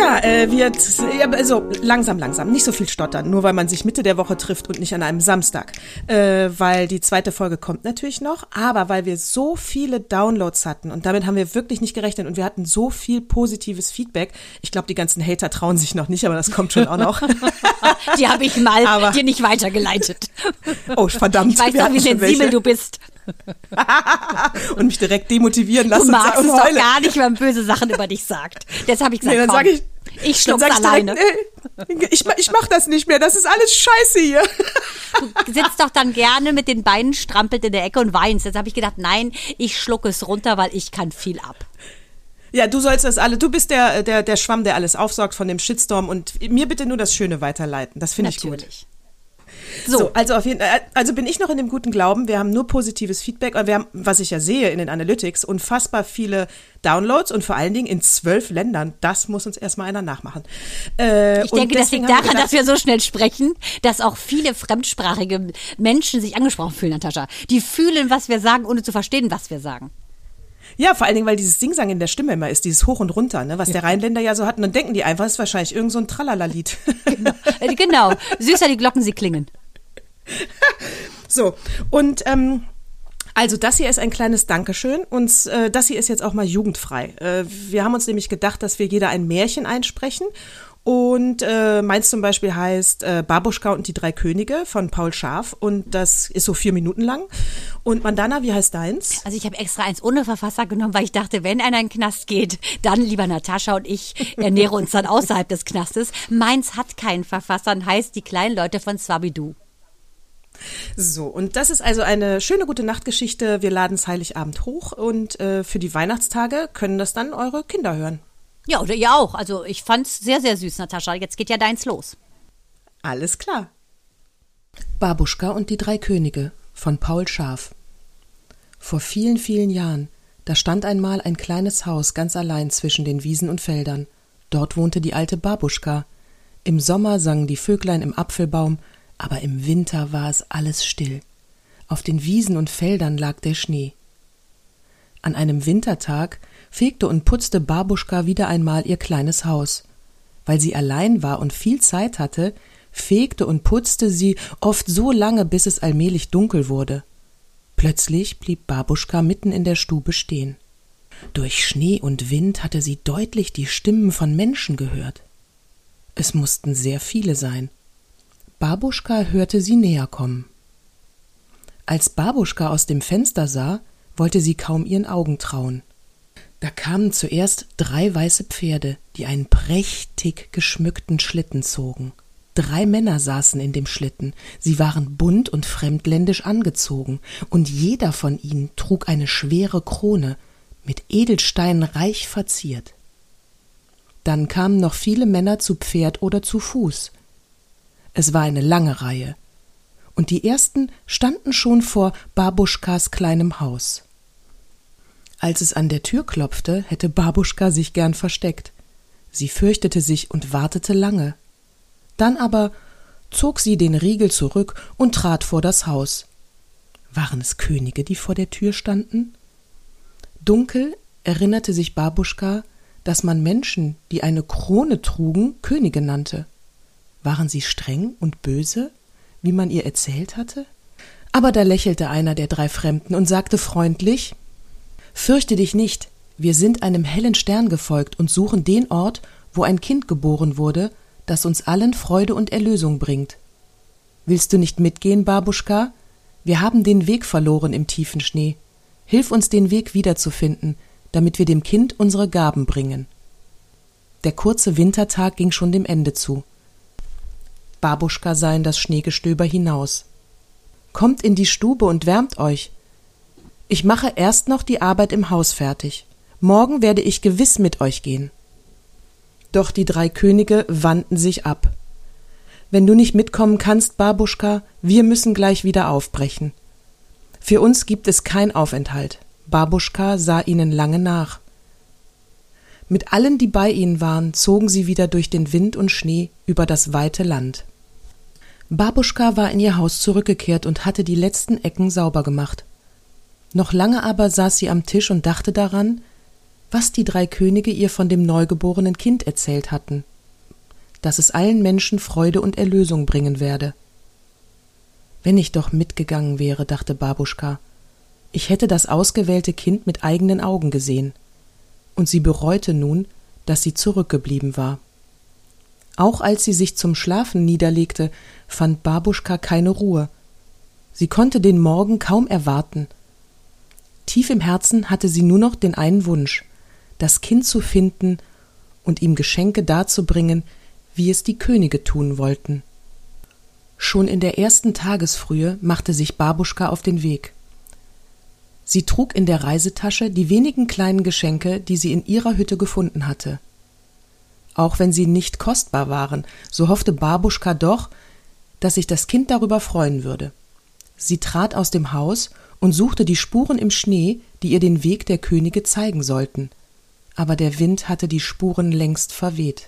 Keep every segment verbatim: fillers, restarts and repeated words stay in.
Ja, äh, wird, also langsam, langsam, nicht so viel stottern, nur weil man sich Mitte der Woche trifft und nicht an einem Samstag, äh, weil die zweite Folge kommt natürlich noch, aber weil wir so viele Downloads hatten und damit haben wir wirklich nicht gerechnet und wir hatten so viel positives Feedback. Ich glaube, die ganzen Hater trauen sich noch nicht, aber das kommt schon auch noch. Die habe ich mal aber, dir nicht weitergeleitet. Oh, verdammt. Ich weiß doch, wie sensibel du bist. Und mich direkt demotivieren lassen. Du magst es doch gar nicht, wenn man böse Sachen über dich sagt. Deshalb habe ich gesagt, nee, dann komm, sag ich, ich schluck's dann sag ich alleine. Direkt, nee, ich, ich mach das nicht mehr, das ist alles scheiße hier. Du sitzt doch dann gerne mit den Beinen strampelt in der Ecke und weinst. Jetzt habe ich gedacht, nein, ich schlucke es runter, weil ich kann viel ab. Ja, du sollst das alle, du bist der, der, der Schwamm, der alles aufsaugt von dem Shitstorm und mir bitte nur das Schöne weiterleiten. Das finde ich gut. Natürlich. So. so, also auf jeden Fall, also bin ich noch in dem guten Glauben, wir haben nur positives Feedback, wir haben, was ich ja sehe in den Analytics, unfassbar viele Downloads und vor allen Dingen in zwölf Ländern. Das muss uns erstmal einer nachmachen. Äh, ich denke, das liegt daran, dass wir so schnell sprechen, dass auch viele fremdsprachige Menschen sich angesprochen fühlen, Natascha. Die fühlen, was wir sagen, ohne zu verstehen, was wir sagen. Ja, vor allen Dingen, weil dieses Singsang in der Stimme immer ist, dieses Hoch und Runter, ne, was der Rheinländer ja so hat. Und dann denken die einfach, es ist wahrscheinlich irgend so ein Tralala-Lied. Genau. genau, süßer die Glocken, sie klingen. So, und ähm, also das hier ist ein kleines Dankeschön und äh, das hier ist jetzt auch mal jugendfrei. Äh, wir haben uns nämlich gedacht, dass wir jeder ein Märchen einsprechen und äh, meins zum Beispiel heißt äh, Babuschka und die drei Könige von Paul Scharf und das ist so vier Minuten lang. Und Mandana, wie heißt deins? Also ich habe extra eins ohne Verfasser genommen, weil ich dachte, wenn einer in den Knast geht, dann lieber Natascha und ich ernähre uns dann außerhalb des Knastes. Meins hat keinen Verfasser und heißt Die kleinen Leute von Swabidoo. So, und das ist also eine schöne gute Nachtgeschichte. Wir laden es Heiligabend hoch und äh, für die Weihnachtstage können das dann eure Kinder hören. Ja, oder ihr auch. Also ich fand's sehr, sehr süß, Natascha. Jetzt geht ja deins los. Alles klar. Babuschka und die drei Könige von Paul Scharf. Vor vielen, vielen Jahren, da stand einmal ein kleines Haus ganz allein zwischen den Wiesen und Feldern. Dort wohnte die alte Babuschka. Im Sommer sangen die Vöglein im Apfelbaum, aber im Winter war es alles still. Auf den Wiesen und Feldern lag der Schnee. An einem Wintertag fegte und putzte Babuschka wieder einmal ihr kleines Haus. Weil sie allein war und viel Zeit hatte, fegte und putzte sie oft so lange, bis es allmählich dunkel wurde. Plötzlich blieb Babuschka mitten in der Stube stehen. Durch Schnee und Wind hatte sie deutlich die Stimmen von Menschen gehört. Es mussten sehr viele sein. Babuschka hörte sie näher kommen. Als Babuschka aus dem Fenster sah, wollte sie kaum ihren Augen trauen. Da kamen zuerst drei weiße Pferde, die einen prächtig geschmückten Schlitten zogen. Drei Männer saßen in dem Schlitten, sie waren bunt und fremdländisch angezogen, und jeder von ihnen trug eine schwere Krone, mit Edelsteinen reich verziert. Dann kamen noch viele Männer zu Pferd oder zu Fuß. Es war eine lange Reihe, und die ersten standen schon vor Babuschkas kleinem Haus. Als es an der Tür klopfte, hätte Babuschka sich gern versteckt. Sie fürchtete sich und wartete lange. Dann aber zog sie den Riegel zurück und trat vor das Haus. Waren es Könige, die vor der Tür standen? Dunkel erinnerte sich Babuschka, dass man Menschen, die eine Krone trugen, Könige nannte. Waren sie streng und böse, wie man ihr erzählt hatte? Aber da lächelte einer der drei Fremden und sagte freundlich: »Fürchte dich nicht, wir sind einem hellen Stern gefolgt und suchen den Ort, wo ein Kind geboren wurde, das uns allen Freude und Erlösung bringt. Willst du nicht mitgehen, Babuschka? Wir haben den Weg verloren im tiefen Schnee. Hilf uns, den Weg wiederzufinden, damit wir dem Kind unsere Gaben bringen.« Der kurze Wintertag ging schon dem Ende zu. Babuschka sah in das Schneegestöber hinaus. »Kommt in die Stube und wärmt euch. Ich mache erst noch die Arbeit im Haus fertig. Morgen werde ich gewiss mit euch gehen.« Doch die drei Könige wandten sich ab. »Wenn du nicht mitkommen kannst, Babuschka, wir müssen gleich wieder aufbrechen. Für uns gibt es kein Aufenthalt.« Babuschka sah ihnen lange nach. Mit allen, die bei ihnen waren, zogen sie wieder durch den Wind und Schnee über das weite Land. Babuschka war in ihr Haus zurückgekehrt und hatte die letzten Ecken sauber gemacht. Noch lange aber saß sie am Tisch und dachte daran, was die drei Könige ihr von dem neugeborenen Kind erzählt hatten, dass es allen Menschen Freude und Erlösung bringen werde. Wenn ich doch mitgegangen wäre, dachte Babuschka, ich hätte das ausgewählte Kind mit eigenen Augen gesehen, und sie bereute nun, dass sie zurückgeblieben war. Auch als sie sich zum Schlafen niederlegte, fand Babuschka keine Ruhe. Sie konnte den Morgen kaum erwarten. Tief im Herzen hatte sie nur noch den einen Wunsch, das Kind zu finden und ihm Geschenke darzubringen, wie es die Könige tun wollten. Schon in der ersten Tagesfrühe machte sich Babuschka auf den Weg. Sie trug in der Reisetasche die wenigen kleinen Geschenke, die sie in ihrer Hütte gefunden hatte. Auch wenn sie nicht kostbar waren, so hoffte Babuschka doch, dass sich das Kind darüber freuen würde. Sie trat aus dem Haus und suchte die Spuren im Schnee, die ihr den Weg der Könige zeigen sollten. Aber der Wind hatte die Spuren längst verweht.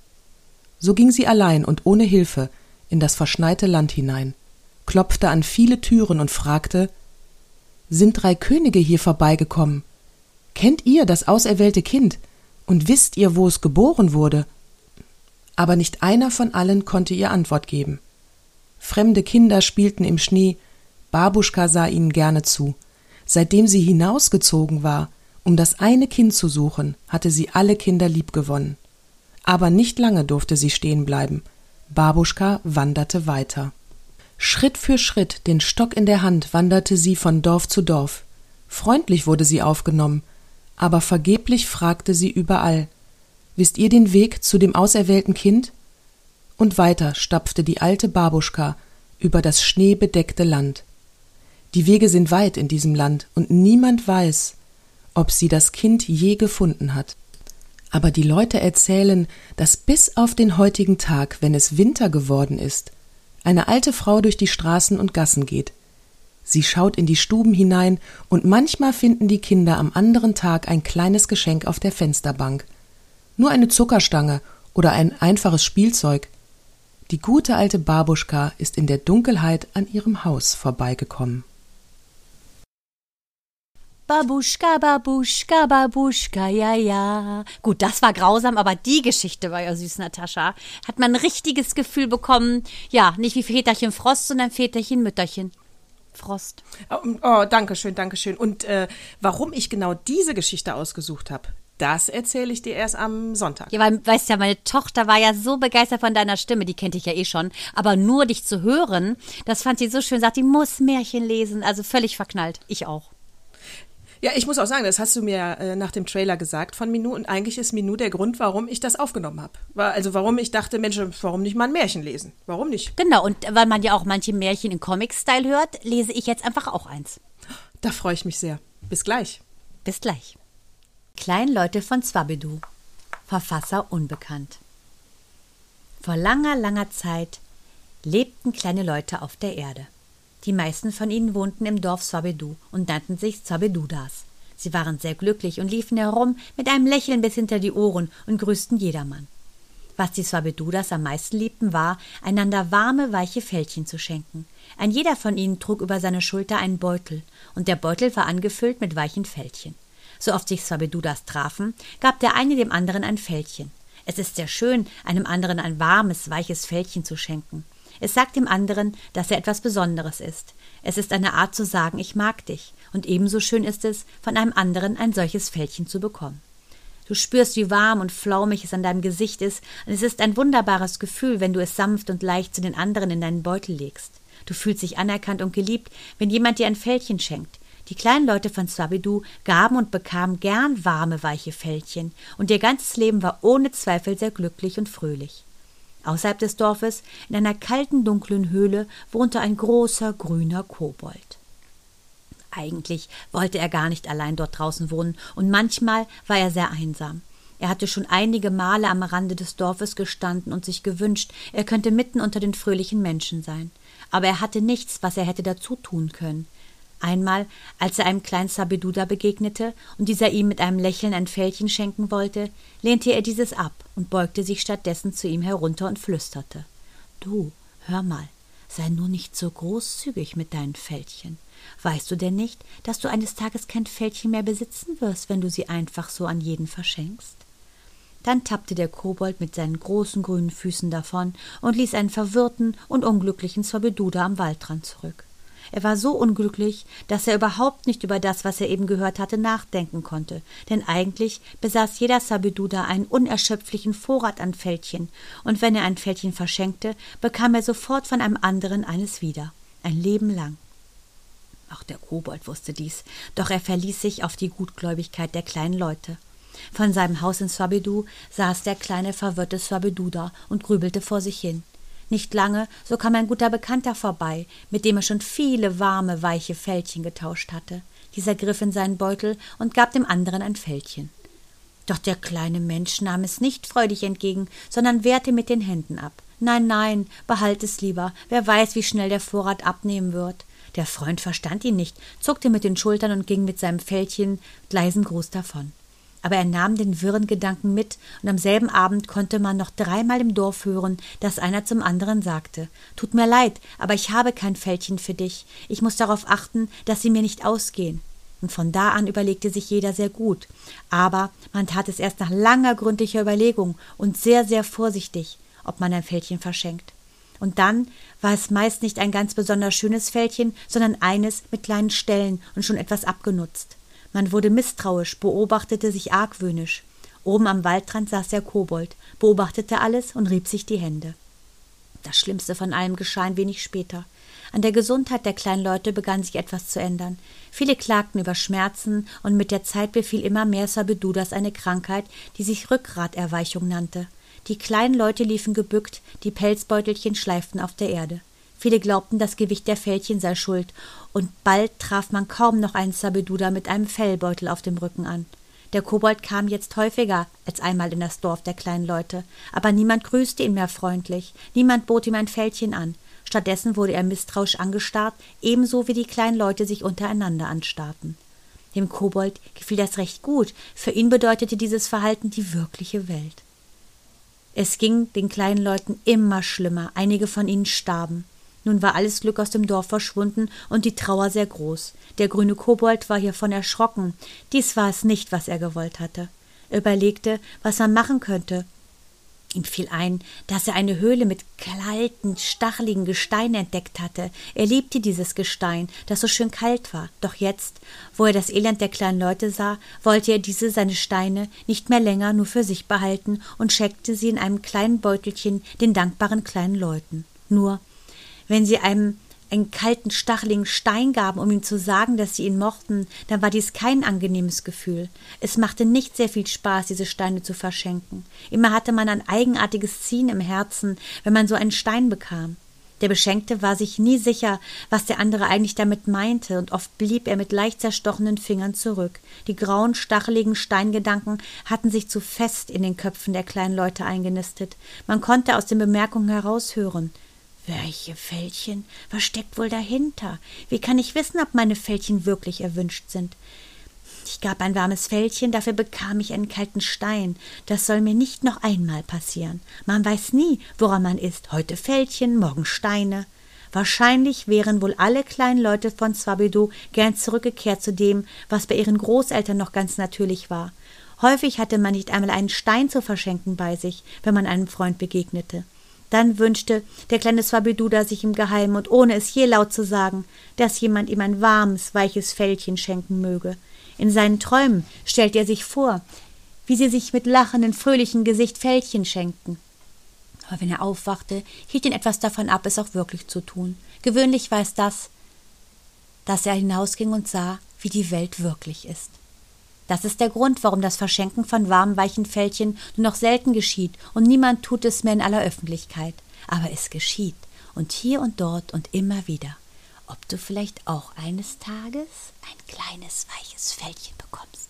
So ging sie allein und ohne Hilfe in das verschneite Land hinein, klopfte an viele Türen und fragte: »Sind drei Könige hier vorbeigekommen? Kennt ihr das auserwählte Kind und wisst ihr, wo es geboren wurde?« Aber nicht einer von allen konnte ihr Antwort geben. Fremde Kinder spielten im Schnee, Babuschka sah ihnen gerne zu. Seitdem sie hinausgezogen war, um das eine Kind zu suchen, hatte sie alle Kinder liebgewonnen. Aber nicht lange durfte sie stehen bleiben. Babuschka wanderte weiter. Schritt für Schritt, den Stock in der Hand, wanderte sie von Dorf zu Dorf. Freundlich wurde sie aufgenommen, aber vergeblich fragte sie überall: »Wisst ihr den Weg zu dem auserwählten Kind?« Und weiter stapfte die alte Babuschka über das schneebedeckte Land. Die Wege sind weit in diesem Land, und niemand weiß, ob sie das Kind je gefunden hat. Aber die Leute erzählen, dass bis auf den heutigen Tag, wenn es Winter geworden ist, eine alte Frau durch die Straßen und Gassen geht. Sie schaut in die Stuben hinein, und manchmal finden die Kinder am anderen Tag ein kleines Geschenk auf der Fensterbank. Nur eine Zuckerstange oder ein einfaches Spielzeug. Die gute alte Babuschka ist in der Dunkelheit an ihrem Haus vorbeigekommen. Babuschka, Babuschka, Babuschka, ja, ja. Gut, das war grausam, aber die Geschichte war ja süß, Natascha. Hat man ein richtiges Gefühl bekommen, ja, nicht wie Väterchen Frost, sondern Väterchen Mütterchen Frost. Oh, oh danke schön, danke schön. Und äh, warum ich genau diese Geschichte ausgesucht habe, das erzähle ich dir erst am Sonntag. Ja, weil, weißt ja, meine Tochter war ja so begeistert von deiner Stimme, die kennt ich ja eh schon, aber nur dich zu hören, das fand sie so schön, sagt, die muss Märchen lesen, also völlig verknallt. Ich auch. Ja, ich muss auch sagen, das hast du mir äh, nach dem Trailer gesagt von Minou, und eigentlich ist Minou der Grund, warum ich das aufgenommen habe. Also warum ich dachte, Mensch, warum nicht mal ein Märchen lesen? Warum nicht? Genau, und weil man ja auch manche Märchen in Comic-Style hört, lese ich jetzt einfach auch eins. Da freue ich mich sehr. Bis gleich. Bis gleich. Kleinleute von Swabedou. Verfasser unbekannt. Vor langer, langer Zeit lebten kleine Leute auf der Erde. Die meisten von ihnen wohnten im Dorf Swabedou und nannten sich Swabedoudas. Sie waren sehr glücklich und liefen herum mit einem Lächeln bis hinter die Ohren und grüßten jedermann. Was die Swabedoudas am meisten liebten, war, einander warme, weiche Fellchen zu schenken. Ein jeder von ihnen trug über seine Schulter einen Beutel, und der Beutel war angefüllt mit weichen Fellchen. So oft sich Swabedoudas trafen, gab der eine dem anderen ein Fellchen. Es ist sehr schön, einem anderen ein warmes, weiches Fellchen zu schenken. Es sagt dem anderen, dass er etwas Besonderes ist. Es ist eine Art zu sagen, ich mag dich. Und ebenso schön ist es, von einem anderen ein solches Fellchen zu bekommen. Du spürst, wie warm und flaumig es an deinem Gesicht ist, und es ist ein wunderbares Gefühl, wenn du es sanft und leicht zu den anderen in deinen Beutel legst. Du fühlst dich anerkannt und geliebt, wenn jemand dir ein Fellchen schenkt. Die kleinen Leute von Swabedou gaben und bekamen gern warme, weiche Fellchen, und ihr ganzes Leben war ohne Zweifel sehr glücklich und fröhlich. Außerhalb des Dorfes, in einer kalten, dunklen Höhle, wohnte ein großer, grüner Kobold. Eigentlich wollte er gar nicht allein dort draußen wohnen, und manchmal war er sehr einsam. Er hatte schon einige Male am Rande des Dorfes gestanden und sich gewünscht, er könnte mitten unter den fröhlichen Menschen sein. Aber er hatte nichts, was er hätte dazu tun können. Einmal, als er einem kleinen Swabedouda begegnete und dieser ihm mit einem Lächeln ein Fellchen schenken wollte, lehnte er dieses ab und beugte sich stattdessen zu ihm herunter und flüsterte: »Du, hör mal, sei nur nicht so großzügig mit deinen Fellchen. Weißt du denn nicht, dass du eines Tages kein Fellchen mehr besitzen wirst, wenn du sie einfach so an jeden verschenkst? Dann tappte der Kobold mit seinen großen grünen Füßen davon und ließ einen verwirrten und unglücklichen Zwabeduda am Waldrand zurück. Er war so unglücklich, dass er überhaupt nicht über das, was er eben gehört hatte, nachdenken konnte, denn eigentlich besaß jeder Zwabeduda einen unerschöpflichen Vorrat an Fellchen, und wenn er ein Fellchen verschenkte, bekam er sofort von einem anderen eines wieder, ein Leben lang. Auch der Kobold wusste dies, doch er verließ sich auf die Gutgläubigkeit der kleinen Leute. Von seinem Haus in Zwabedu saß der kleine verwirrte Zwabeduda und grübelte vor sich hin. Nicht lange, so kam ein guter Bekannter vorbei, mit dem er schon viele warme, weiche Fellchen getauscht hatte. Dieser griff in seinen Beutel und gab dem anderen ein Fellchen. Doch der kleine Mensch nahm es nicht freudig entgegen, sondern wehrte mit den Händen ab. »Nein, nein, behalt es lieber, wer weiß, wie schnell der Vorrat abnehmen wird.« Der Freund verstand ihn nicht, zuckte mit den Schultern und ging mit seinem Fellchen leisen Gruß davon. Aber er nahm den wirren Gedanken mit, und am selben Abend konnte man noch dreimal im Dorf hören, dass einer zum anderen sagte: »Tut mir leid, aber ich habe kein Fellchen für dich. Ich muss darauf achten, dass sie mir nicht ausgehen.« Und von da an überlegte sich jeder sehr gut. Aber man tat es erst nach langer, gründlicher Überlegung und sehr, sehr vorsichtig, ob man ein Fellchen verschenkt. Und dann war es meist nicht ein ganz besonders schönes Fellchen, sondern eines mit kleinen Stellen und schon etwas abgenutzt. Man wurde misstrauisch, beobachtete sich argwöhnisch. Oben am Waldrand saß der Kobold, beobachtete alles und rieb sich die Hände. Das Schlimmste von allem geschah ein wenig später. An der Gesundheit der kleinen Leute begann sich etwas zu ändern. Viele klagten über Schmerzen, und mit der Zeit befiel immer mehr Zwabedudas eine Krankheit, die sich Rückgraterweichung nannte. Die kleinen Leute liefen gebückt, die Pelzbeutelchen schleiften auf der Erde. Viele glaubten, das Gewicht der Fellchen sei schuld, und bald traf man kaum noch einen Zwabeduda mit einem Fellbeutel auf dem Rücken an. Der Kobold kam jetzt häufiger als einmal in das Dorf der kleinen Leute, aber niemand grüßte ihn mehr freundlich, niemand bot ihm ein Fellchen an. Stattdessen wurde er misstrauisch angestarrt, ebenso wie die kleinen Leute sich untereinander anstarrten. Dem Kobold gefiel das recht gut, für ihn bedeutete dieses Verhalten die wirkliche Welt. Es ging den kleinen Leuten immer schlimmer, einige von ihnen starben. Nun war alles Glück aus dem Dorf verschwunden und die Trauer sehr groß. Der grüne Kobold war hiervon erschrocken. Dies war es nicht, was er gewollt hatte. Er überlegte, was man machen könnte. Ihm fiel ein, dass er eine Höhle mit kalten, stacheligen Gesteinen entdeckt hatte. Er liebte dieses Gestein, das so schön kalt war. Doch jetzt, wo er das Elend der kleinen Leute sah, wollte er diese, seine Steine, nicht mehr länger nur für sich behalten und schenkte sie in einem kleinen Beutelchen den dankbaren kleinen Leuten. Nur, wenn sie einem einen kalten, stacheligen Stein gaben, um ihm zu sagen, dass sie ihn mochten, dann war dies kein angenehmes Gefühl. Es machte nicht sehr viel Spaß, diese Steine zu verschenken. Immer hatte man ein eigenartiges Ziehen im Herzen, wenn man so einen Stein bekam. Der Beschenkte war sich nie sicher, was der andere eigentlich damit meinte, und oft blieb er mit leicht zerstochenen Fingern zurück. Die grauen, stacheligen Steingedanken hatten sich zu fest in den Köpfen der kleinen Leute eingenistet. Man konnte aus den Bemerkungen heraushören: Welche Fellchen? Was steckt wohl dahinter? Wie kann ich wissen, ob meine Fellchen wirklich erwünscht sind? Ich gab ein warmes Fellchen, dafür bekam ich einen kalten Stein. Das soll mir nicht noch einmal passieren. Man weiß nie, woran man ist. Heute Fellchen, morgen Steine. Wahrscheinlich wären wohl alle kleinen Leute von Zwabedu gern zurückgekehrt zu dem, was bei ihren Großeltern noch ganz natürlich war. Häufig hatte man nicht einmal einen Stein zu verschenken bei sich, wenn man einem Freund begegnete. Dann wünschte der kleine Zwabeduda sich im Geheimen und ohne es je laut zu sagen, dass jemand ihm ein warmes, weiches Fellchen schenken möge. In seinen Träumen stellte er sich vor, wie sie sich mit lachendem, fröhlichem Gesicht Fellchen schenkten. Aber wenn er aufwachte, hielt ihn etwas davon ab, es auch wirklich zu tun. Gewöhnlich war es das, dass er hinausging und sah, wie die Welt wirklich ist. Das ist der Grund, warum das Verschenken von warmen, weichen Fellchen nur noch selten geschieht, und niemand tut es mehr in aller Öffentlichkeit. Aber es geschieht, und hier und dort und immer wieder. Ob du vielleicht auch eines Tages ein kleines, weiches Fellchen bekommst.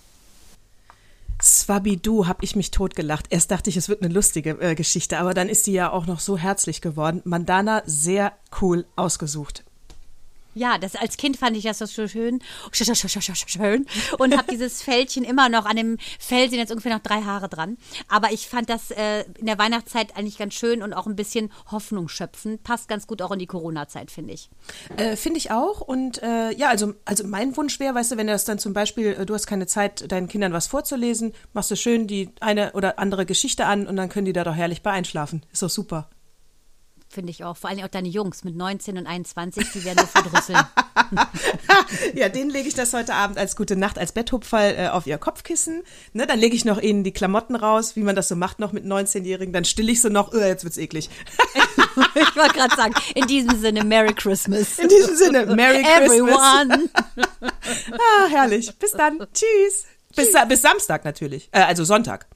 Zwabedu, hab ich mich totgelacht. Erst dachte ich, es wird eine lustige äh, Geschichte, aber dann ist sie ja auch noch so herzlich geworden. Mandana, sehr cool ausgesucht. Ja, das, als Kind fand ich das so schön, schön und habe dieses Fältchen immer noch, an dem Fell sind jetzt ungefähr noch drei Haare dran. Aber ich fand das äh, in der Weihnachtszeit eigentlich ganz schön und auch ein bisschen Hoffnung schöpfen. Passt ganz gut auch in die Corona-Zeit, finde ich. Äh, finde ich auch. Und äh, ja, also, also mein Wunsch wäre, weißt du, wenn du das dann zum Beispiel, äh, du hast keine Zeit, deinen Kindern was vorzulesen, machst du schön die eine oder andere Geschichte an und dann können die da doch herrlich bei einschlafen. Ist doch super. Finde ich auch. Vor allem auch deine Jungs mit neunzehn und einundzwanzig, die werden so verdrüsseln. Ja, denen lege ich das heute Abend als gute Nacht, als Betthupferl äh, auf ihr Kopfkissen. Ne, dann lege ich noch ihnen die Klamotten raus, wie man das so macht noch mit neunzehnjährigen. Dann stille ich so noch, oh, jetzt wird's eklig. Ich wollte gerade sagen, in diesem Sinne, Merry Christmas. In diesem Sinne, Merry Everyone. Christmas. Ah, herrlich. Bis dann. Tschüss. Bis, bis Samstag natürlich. Äh, also Sonntag.